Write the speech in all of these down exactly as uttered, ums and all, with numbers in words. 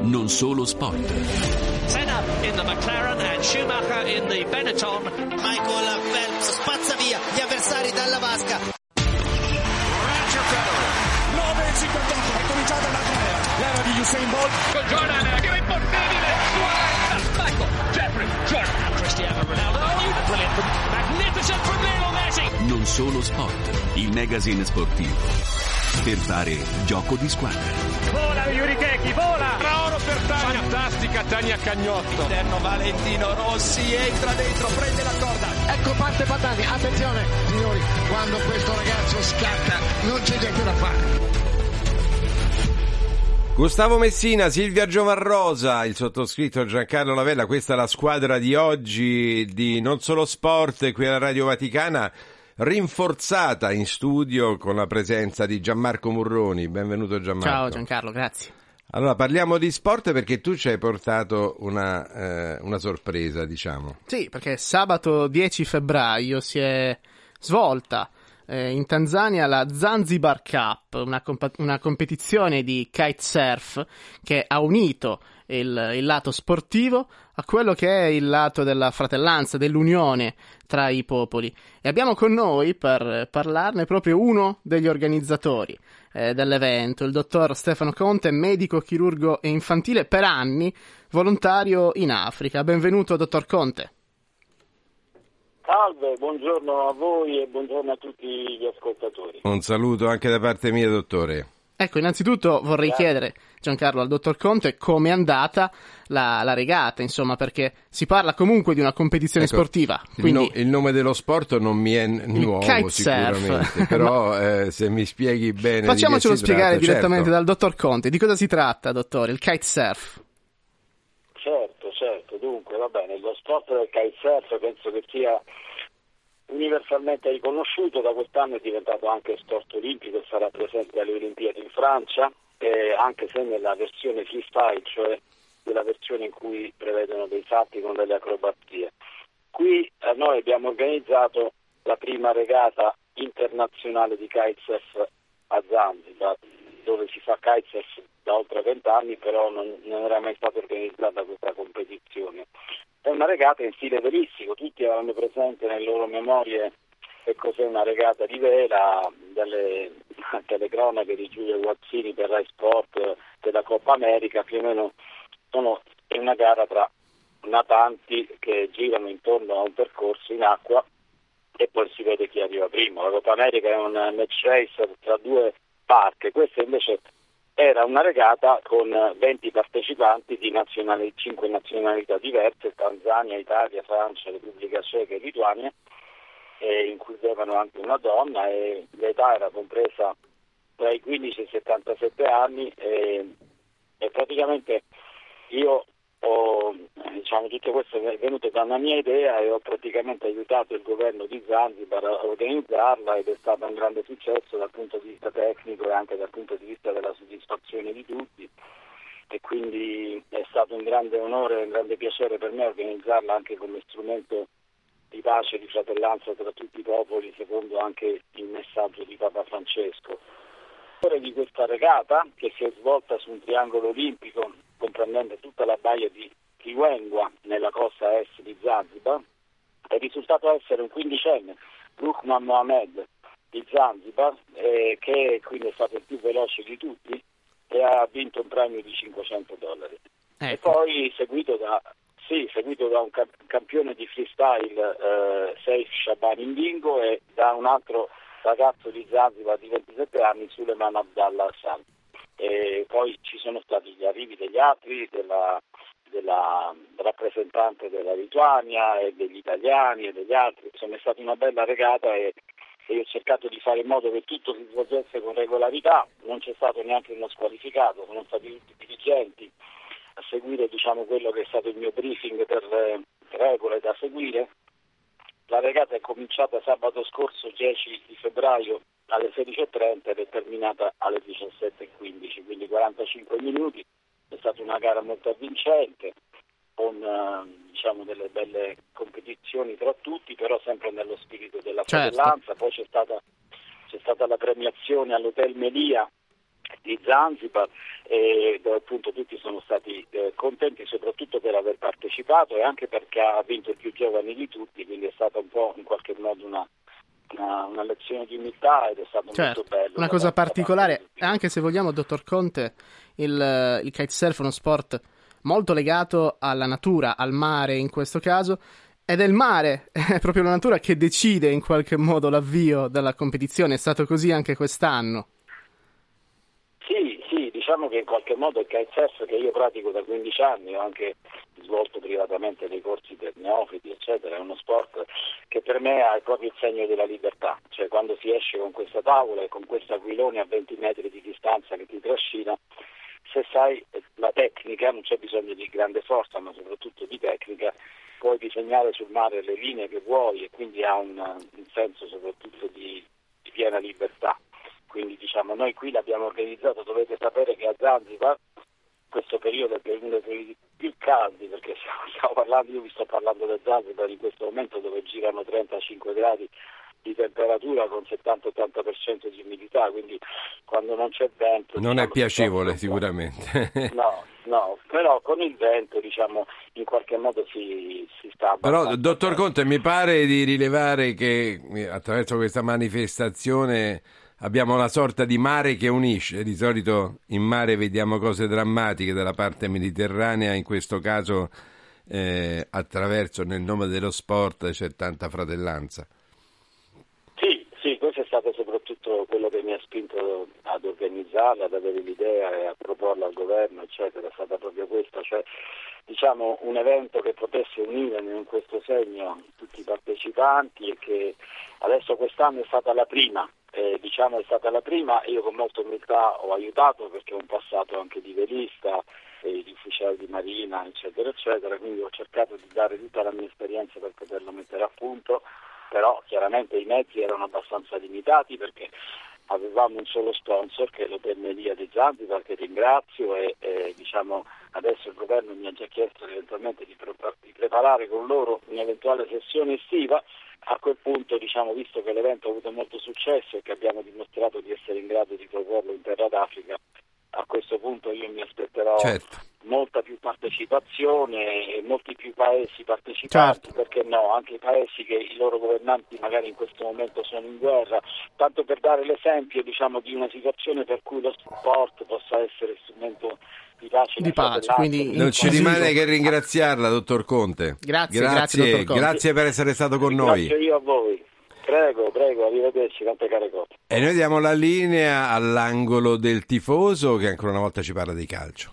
Non Solo Sport. Senna in the McLaren and Schumacher in the Benetton. Michael Phelps spazza via gli avversari dalla vasca. Roger Federer, nove e cinquantotto, è cominciata la gara. L'era di Usain Bolt. Con Jordan, tira impossibile. Michael, Jeffrey, Jordan, Cristiano Ronaldo. Brilliant, magnificent from Lionel Messi. Non Solo Sport, il magazine sportivo per fare gioco di squadra. Vola Yuri Keki, vola! Oro per Tania. Fantastica Tania Cagnotto. Interno Valentino Rossi, entra dentro, prende la corda. Ecco parte Patani, attenzione signori, quando questo ragazzo scatta non c'è niente da fare. Gustavo Messina, Silvia Giovarrosa, il sottoscritto Giancarlo Lavella, questa è la squadra di oggi di Non Solo Sport qui alla Radio Vaticana, rinforzata in studio con la presenza di Gianmarco Murroni. Benvenuto Gianmarco. Ciao Giancarlo, grazie. Allora parliamo di sport perché tu ci hai portato una, eh, una sorpresa, diciamo. Sì, perché sabato dieci febbraio si è svolta eh, in Tanzania la Zanzibar Cup, una, comp- una competizione di kitesurf che ha unito il, il lato sportivo a quello che è il lato della fratellanza, dell'unione tra i popoli. E abbiamo con noi, per parlarne, proprio uno degli organizzatori eh, dell'evento, il dottor Stefano Conte, medico, chirurgo e infantile per anni, volontario in Africa. Benvenuto, dottor Conte. Salve, buongiorno a voi e buongiorno a tutti gli ascoltatori. Un saluto anche da parte mia, dottore. Ecco, innanzitutto vorrei Grazie. chiedere, Giancarlo, al dottor Conte come è andata la, la regata, insomma, perché si parla comunque di una competizione Ecco, sportiva. Il, Quindi no- il nome dello sport non mi è n- nuovo kitesurf. sicuramente, però eh, se mi spieghi bene di facciamocelo che si spiegare tratta, direttamente certo. dal dottor Conte. Di cosa si tratta, dottore, il kitesurf? Certo, certo, dunque va bene, lo sport del kitesurf penso che sia universalmente riconosciuto, da quest'anno è diventato anche sport olimpico e sarà presente alle Olimpiadi in Francia, eh, anche se nella versione freestyle, cioè quella versione in cui prevedono dei salti con delle acrobazie. Qui eh, noi abbiamo organizzato la prima regata internazionale di kitesurf a Zanzibar, dove si fa kitesurf da oltre vent'anni, però non, non era mai stata organizzata questa competizione. È una regata in stile velistico, tutti avranno presente nelle loro memorie che cos'è una regata di vela, dalle telecronache di Giulio Guazzini per Rai Sport della Coppa America, più o meno sono, è una gara tra natanti che girano intorno a un percorso in acqua e poi si vede chi arriva primo. La Coppa America è un match race tra due barche, questa invece era una regata con venti partecipanti di nazionali, cinque nazionalità diverse, Tanzania, Italia, Francia, Repubblica Ceca e Lituania, e includevano anche una donna e l'età era compresa tra i quindici e i settantasette anni e, e praticamente io ho, diciamo, tutto questo è venuto da una mia idea e ho praticamente aiutato il governo di Zanzibar a organizzarla ed è stato un grande successo dal punto di vista tecnico e anche dal punto di vista della soddisfazione di tutti, e quindi è stato un grande onore e un grande piacere per me organizzarla anche come strumento di pace e di fratellanza tra tutti i popoli, secondo anche il messaggio di Papa Francesco. Di questa regata, che si è svolta su un triangolo olimpico comprendente tutta la baia di Kiwengwa nella costa est di Zanzibar, è risultato essere un quindicenne, Luqman Mohamed di Zanzibar, eh, che quindi è stato il più veloce di tutti e ha vinto un premio di cinquecento dollari. Ecco. E poi seguito da sì, seguito da un campione di freestyle, eh, Seif Shaban Indingo, e da un altro ragazzo di Zanzibar di ventisette anni, Suleiman Abdallah Hassan. E poi ci sono stati gli arrivi degli altri, della, della rappresentante della Lituania e degli italiani e degli altri. Insomma, è stata una bella regata e, e io ho cercato di fare in modo che tutto si svolgesse con regolarità. Non c'è stato neanche uno squalificato, sono stati tutti dirigenti a seguire, diciamo, quello che è stato il mio briefing per le regole da seguire. La regata è cominciata sabato scorso dieci di febbraio alle sedici e trenta ed è terminata alle diciassette e quindici, quindi quarantacinque minuti. È stata una gara molto avvincente, con eh, diciamo delle belle competizioni tra tutti, però sempre nello spirito della Certo. fratellanza. Poi c'è stata, c'è stata la premiazione all'Hotel Melia di Zanzibar, e dove appunto tutti sono stati eh, contenti soprattutto per aver partecipato e anche perché ha vinto il più giovane di tutti, quindi è stata un po' in qualche modo una Una, una lezione di umiltà ed è stato certo, molto bello. Una cosa particolare, anche se vogliamo, dottor Conte, il, il kitesurf è uno sport molto legato alla natura, al mare in questo caso, ed è il mare, è proprio la natura che decide in qualche modo l'avvio della competizione. È stato così anche quest'anno. Sì, sì, diciamo che in qualche modo il kitesurf, che io pratico da quindici anni, ho anche svolto privatamente dei corsi per neofiti, eccetera, è uno sport che per me ha proprio il segno della libertà, cioè quando si esce con questa tavola e con questo aquilone a venti metri di distanza che ti trascina, se sai la tecnica, non c'è bisogno di grande forza, ma soprattutto di tecnica, puoi disegnare sul mare le linee che vuoi e quindi ha un, un senso soprattutto di, di piena libertà. Quindi diciamo noi qui l'abbiamo organizzato, dovete sapere che a Zanzibar questo periodo è uno dei periodi più caldi, perché stiamo, stiamo parlando, io vi sto parlando da Zanzibar in questo momento dove girano trentacinque gradi di temperatura con settanta ottanta per cento di umidità, quindi quando non c'è vento non diciamo, è piacevole si sicuramente. no, no, però con il vento diciamo in qualche modo si, si sta però dottor Conte, mi pare di rilevare che attraverso questa manifestazione abbiamo una sorta di mare che unisce. Di solito in mare vediamo cose drammatiche dalla parte mediterranea, in questo caso eh, attraverso nel nome dello sport c'è tanta fratellanza. Sì, sì, questo è stato soprattutto quello che mi ha spinto ad organizzarla, ad avere l'idea e a proporla al governo, eccetera, è stata proprio questa, cioè diciamo un evento che potesse unire in questo segno tutti i partecipanti e che adesso quest'anno è stata la prima. Eh, diciamo è stata la prima, io con molta umiltà ho aiutato perché ho un passato anche di velista, eh, di ufficiale di marina, eccetera, eccetera, quindi ho cercato di dare tutta la mia esperienza per poterlo mettere a punto, però chiaramente i mezzi erano abbastanza limitati perché avevamo un solo sponsor che è l'Hotelleria di Zanzibar, che ringrazio e eh, diciamo adesso il governo mi ha già chiesto eventualmente di, pre- di preparare con loro un'eventuale sessione estiva. A quel punto, diciamo, visto che l'evento ha avuto molto successo e che abbiamo dimostrato di essere in grado di proporlo in terra d'Africa, a questo punto io mi aspetterò certo. molta più partecipazione e molti più paesi partecipanti, certo. Perché no, anche i paesi che i loro governanti magari in questo momento sono in guerra, tanto per dare l'esempio, diciamo, di una situazione per cui lo sport possa essere strumento di pace, di pace, quindi non ci rimane che ringraziarla, dottor Conte. Grazie, grazie, grazie, dottor Conte. Grazie per essere stato con noi. Grazie io a voi. Prego, prego, arrivederci, tante care cose. E noi diamo la linea all'angolo del tifoso che ancora una volta ci parla di calcio.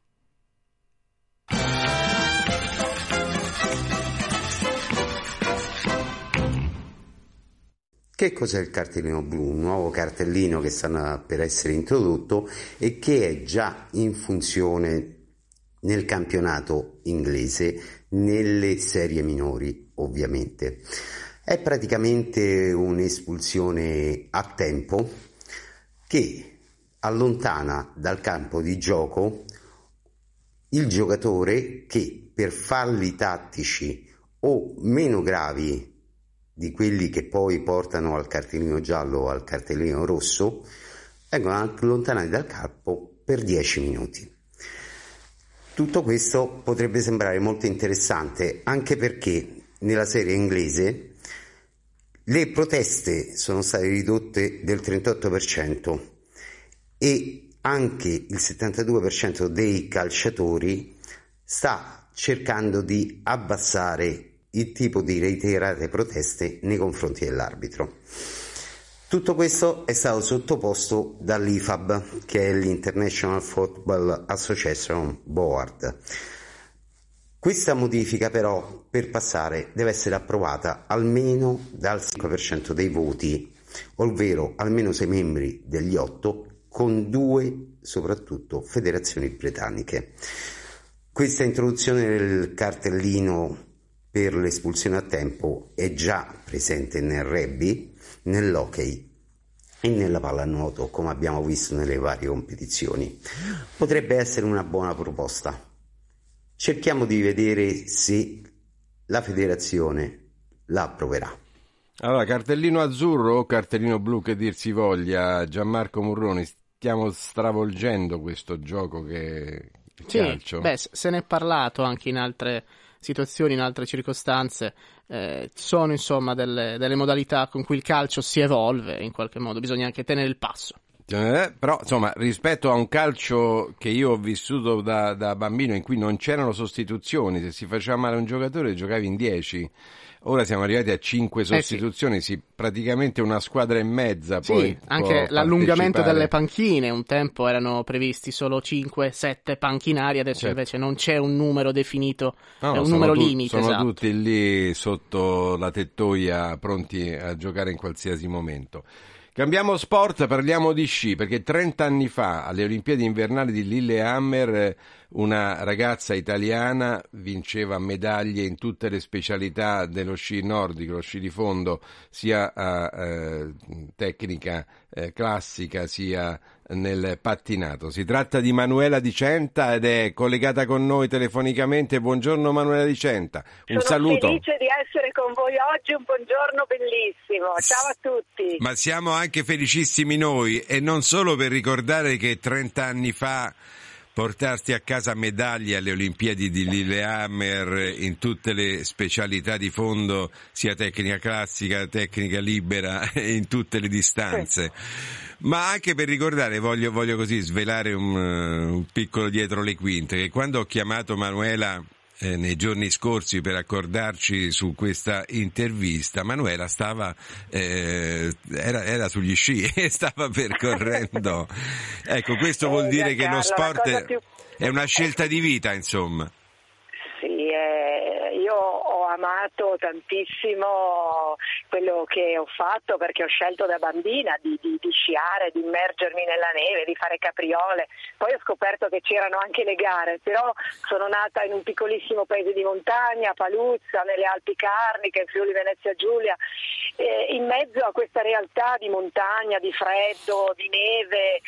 Che cos'è il cartellino blu? Un nuovo cartellino che sta per essere introdotto e che è già in funzione nel campionato inglese, nelle serie minori ovviamente. È praticamente un'espulsione a tempo che allontana dal campo di gioco il giocatore che per falli tattici o meno gravi di quelli che poi portano al cartellino giallo o al cartellino rosso vengono allontanati dal campo per dieci minuti. Tutto questo potrebbe sembrare molto interessante anche perché nella serie inglese le proteste sono state ridotte del trentotto per cento e anche il settantadue per cento dei calciatori sta cercando di abbassare il tipo di reiterate proteste nei confronti dell'arbitro. Tutto questo è stato sottoposto dall'I F A B, che è l'International Football Association Board. Questa modifica però per passare deve essere approvata almeno dal cinque per cento dei voti, ovvero almeno sei membri degli otto, con due soprattutto federazioni britanniche. Questa introduzione del cartellino per l'espulsione a tempo è già presente nel rugby, nell'hockey e nella pallanuoto, come abbiamo visto nelle varie competizioni. Potrebbe essere una buona proposta. Cerchiamo di vedere se la federazione la approverà. Allora, cartellino azzurro o cartellino blu, che dir si voglia, Gianmarco Murroni, stiamo stravolgendo questo gioco che il sì, calcio. Beh, se ne è parlato anche in altre situazioni, in altre circostanze. Eh, sono insomma delle, delle modalità con cui il calcio si evolve, in qualche modo bisogna anche tenere il passo. Eh, però insomma, rispetto a un calcio che io ho vissuto da, da bambino, in cui non c'erano sostituzioni, se si faceva male un giocatore giocavi in dieci. Ora siamo arrivati a cinque sostituzioni, eh sì. Sì, praticamente una squadra e mezza. Sì, poi anche l'allungamento delle panchine, un tempo erano previsti solo cinque sette panchinari, adesso certo. Invece non c'è un numero definito, no, è un numero tu- limite. Sono esatto. tutti lì sotto la tettoia pronti a giocare in qualsiasi momento. Cambiamo sport, parliamo di sci, perché trenta anni fa alle Olimpiadi invernali di Lillehammer una ragazza italiana vinceva medaglie in tutte le specialità dello sci nordico, lo sci di fondo, sia a eh, tecnica eh, classica sia nel pattinato. Si tratta di Manuela Di Centa ed è collegata con noi telefonicamente. Buongiorno Manuela Di Centa, un Sono saluto. Sono felice di essere con voi oggi, un buongiorno bellissimo, ciao a tutti. Ma siamo anche felicissimi noi, e non solo per ricordare che trenta anni fa portarti a casa medaglie alle Olimpiadi di Lillehammer in tutte le specialità di fondo, sia tecnica classica, tecnica libera, in tutte le distanze. Ma anche per ricordare, voglio, voglio così svelare un, un piccolo dietro le quinte, che quando ho chiamato Manuela Eh, nei giorni scorsi per accordarci su questa intervista, Manuela stava eh, era, era sugli sci e stava percorrendo. Ecco, questo eh, vuol dire che lo sport più... è una scelta di vita, insomma. Sì, eh, io ho amato tantissimo quello che ho fatto, perché ho scelto da bambina di, di, di sciare, di immergermi nella neve, di fare capriole. Poi ho scoperto che c'erano anche le gare, però sono nata in un piccolissimo paese di montagna, Paluzza, nelle Alpi Carniche, in Friuli Venezia Giulia, eh, in mezzo a questa realtà di montagna, di freddo, di neve.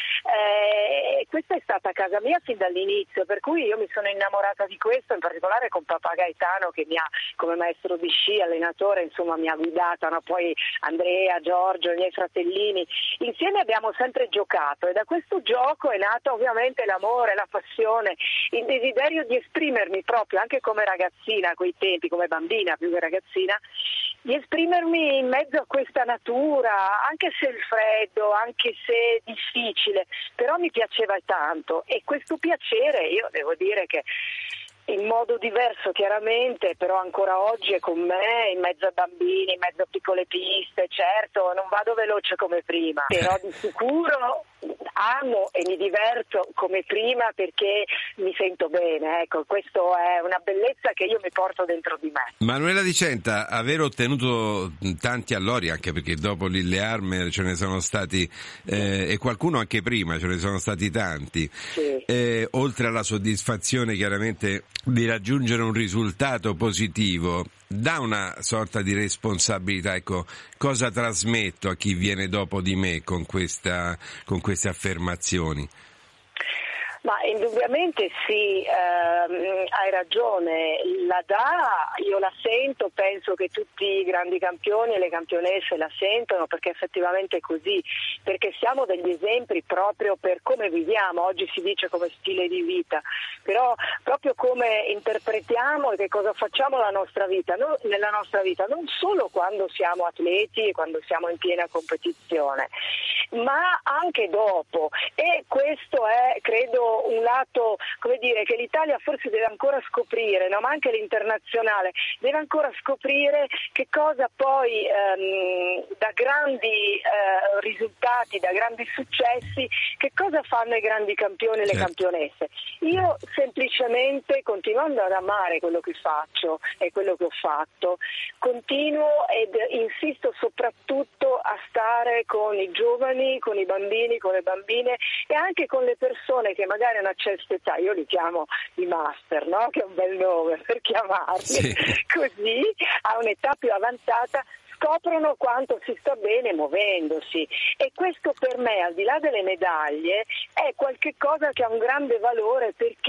Eh, questa è stata casa mia fin dall'inizio, per cui io mi sono innamorata di questo, in particolare con papà Gaetano, che mi ha, come maestro di sci, allenatore, insomma mi ha guidata, no? Poi Andrea, Giorgio, i miei fratellini, insieme abbiamo sempre giocato, e da questo gioco è nata ovviamente l'amore, la passione, il desiderio di esprimermi proprio, anche come ragazzina a quei tempi, come bambina più che ragazzina, di esprimermi in mezzo a questa natura, anche se il freddo, anche se difficile, però mi piaceva tanto, e questo piacere io devo dire che in modo diverso chiaramente, però ancora oggi è con me, in mezzo a bambini, in mezzo a piccole piste. Certo, non vado veloce come prima, però di sicuro amo e mi diverto come prima, perché mi sento bene. Ecco, questo è una bellezza che io mi porto dentro di me. Manuela Di Centa, aver ottenuto tanti allori, anche perché dopo Lillehammer ce ne sono stati eh, e qualcuno anche prima, ce ne sono stati tanti, sì. eh, oltre alla soddisfazione chiaramente di raggiungere un risultato positivo, dà una sorta di responsabilità. Ecco, cosa trasmetto a chi viene dopo di me con questa, con queste affermazioni? Ma indubbiamente sì, ehm, hai ragione, la dà, io la sento, penso che tutti i grandi campioni e le campionesse la sentono, perché effettivamente è così, perché siamo degli esempi proprio per come viviamo, oggi si dice come stile di vita, però proprio come interpretiamo e che cosa facciamo la nostra vita, no, nella nostra vita, non solo quando siamo atleti e quando siamo in piena competizione, ma anche dopo, e questo è, credo, un lato, come dire, che l'Italia forse deve ancora scoprire, no? Ma anche l'internazionale deve ancora scoprire che cosa poi ehm, da grandi eh, risultati, da grandi successi, che cosa fanno i grandi campioni e le campionesse. Io semplicemente, continuando ad amare quello che faccio e quello che ho fatto, continuo ed insisto soprattutto a stare con i giovani, con i bambini, con le bambine e anche con le persone che magari a una certa età, io li chiamo i master, no? Che è un bel nome per chiamarli, sì. Così a un'età più avanzata scoprono quanto si sta bene muovendosi, e questo per me, al di là delle medaglie, è qualche cosa che ha un grande valore, perché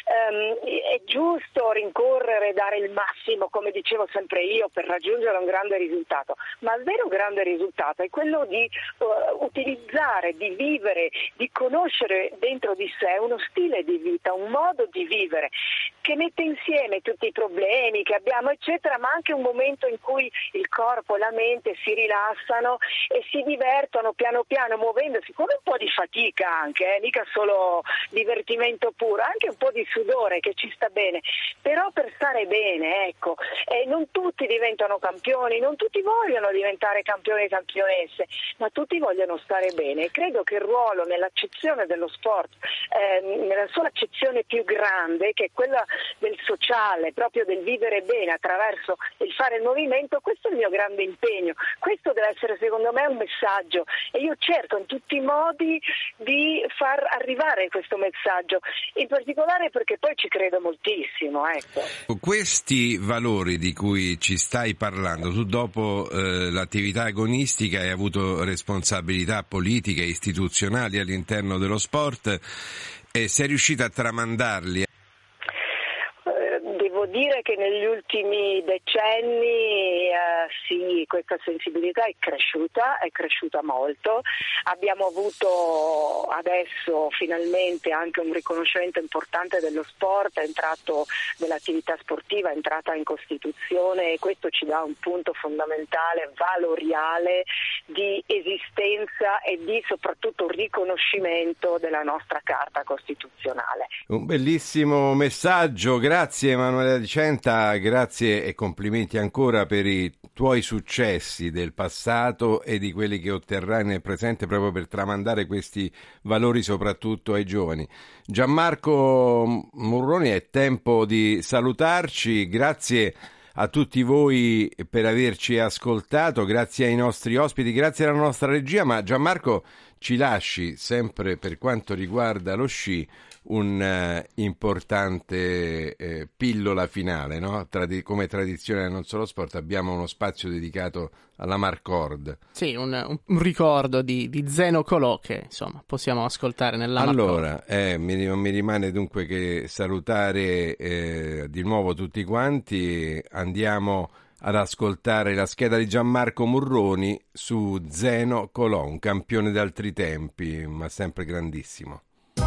ehm, è giusto rincorrere, dare il massimo, come dicevo sempre io, per raggiungere un grande risultato, ma il vero grande risultato è quello di uh, utilizzare, di vivere, di conoscere dentro di sé uno stile di vita, un modo di vivere che mette insieme tutti i problemi che abbiamo eccetera, ma anche un momento in cui il corpo e la mente si rilassano e si divertono piano piano muovendosi con un po' di fatica anche, eh, mica solo divertimento puro, anche un po' di sudore che ci sta bene, però per stare bene, ecco, e non tutti diventano campioni, non tutti vogliono diventare campioni e campionesse, ma tutti vogliono stare bene, e credo che il ruolo nell'accezione dello sport, eh, nella sua accezione più grande, che è quella del sociale, proprio del vivere bene attraverso il fare il movimento, questo è il mio grande impegno, questo deve essere secondo me un messaggio, e io cerco in tutti i modi di far arrivare questo messaggio, in particolare perché poi ci credo moltissimo, ecco. Questi valori di cui ci stai parlando, tu dopo eh, l'attività agonistica hai avuto responsabilità politiche e istituzionali all'interno dello sport e sei riuscita a tramandarli? Devo dire che negli ultimi decenni eh, sì, questa sensibilità è cresciuta, è cresciuta molto. Abbiamo avuto adesso finalmente anche un riconoscimento importante dello sport, è entrato dell'attività sportiva, è entrata in Costituzione, e questo ci dà un punto fondamentale, valoriale, di esistenza e di soprattutto riconoscimento della nostra Carta Costituzionale. Un bellissimo messaggio, grazie Emanuela Di Centa, grazie e complimenti ancora per i tuoi successi del passato e di quelli che otterrai nel presente proprio per tramandare questi valori soprattutto ai giovani. Gianmarco Murroni, è tempo di salutarci, grazie a tutti voi per averci ascoltato, grazie ai nostri ospiti, grazie alla nostra regia, ma Gianmarco ci lasci sempre per quanto riguarda lo sci un uh, importante eh, pillola finale, no? Tradi- come tradizione Non Solo Sport abbiamo uno spazio dedicato alla Marcord. Sì, un, un, un ricordo di, di Zeno Colò che insomma possiamo ascoltare nella allora, Marcord. Eh, mi, non mi rimane dunque che salutare eh, di nuovo tutti quanti, andiamo ad ascoltare la scheda di Gianmarco Murroni su Zeno Colò, un campione d'altri tempi, ma sempre grandissimo.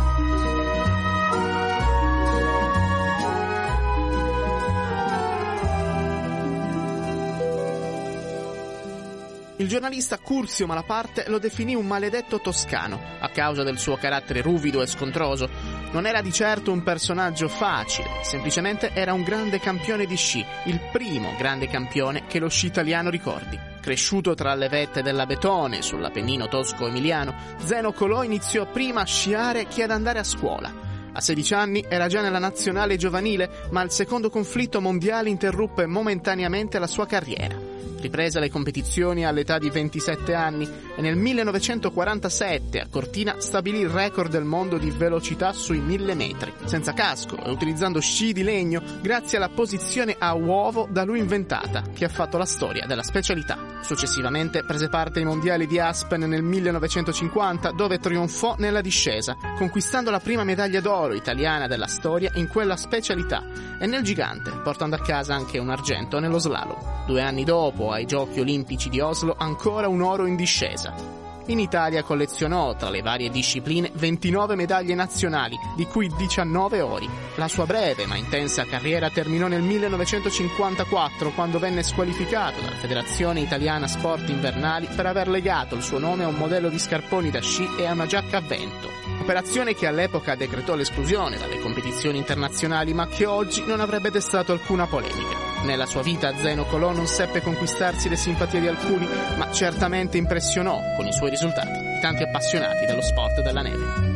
Il giornalista Curzio Malaparte lo definì un maledetto toscano, a causa del suo carattere ruvido e scontroso. Non era di certo un personaggio facile, semplicemente era un grande campione di sci, il primo grande campione che lo sci italiano ricordi. Cresciuto tra le vette dell'Abetone, sull'Appennino tosco-emiliano, Zeno Colò iniziò prima a sciare che ad andare a scuola. A sedici anni era già nella nazionale giovanile, ma il secondo conflitto mondiale interruppe momentaneamente la sua carriera. Riprese le competizioni all'età di ventisette anni e nel millenovecentoquarantasette a Cortina stabilì il record del mondo di velocità sui mille metri, senza casco e utilizzando sci di legno grazie alla posizione a uovo da lui inventata, che ha fatto la storia della specialità. Successivamente prese parte ai mondiali di Aspen nel millenovecentocinquanta, dove trionfò nella discesa, conquistando la prima medaglia d'oro italiana della storia in quella specialità, e nel gigante, portando a casa anche un argento nello slalom. Due anni dopo, ai Giochi Olimpici di Oslo, ancora un oro in discesa. In Italia collezionò, tra le varie discipline, ventinove medaglie nazionali, di cui diciannove ori. La sua breve ma intensa carriera terminò nel millenovecentocinquantaquattro, quando venne squalificato dalla Federazione Italiana Sport Invernali per aver legato il suo nome a un modello di scarponi da sci e a una giacca a vento. Operazione che all'epoca decretò l'esclusione dalle competizioni internazionali, ma che oggi non avrebbe destato alcuna polemica. Nella sua vita Zeno Colò non seppe conquistarsi le simpatie di alcuni, ma certamente impressionò con i suoi risultati di tanti appassionati dello sport della neve.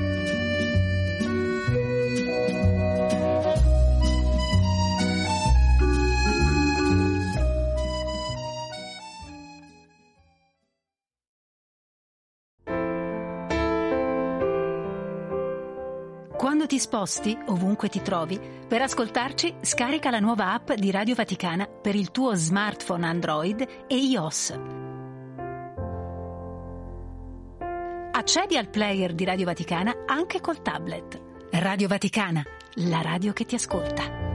Quando ti sposti, ovunque ti trovi, per ascoltarci scarica la nuova app di Radio Vaticana per il tuo smartphone Android e iOS. Accedi al player di Radio Vaticana anche col tablet. Radio Vaticana, la radio che ti ascolta.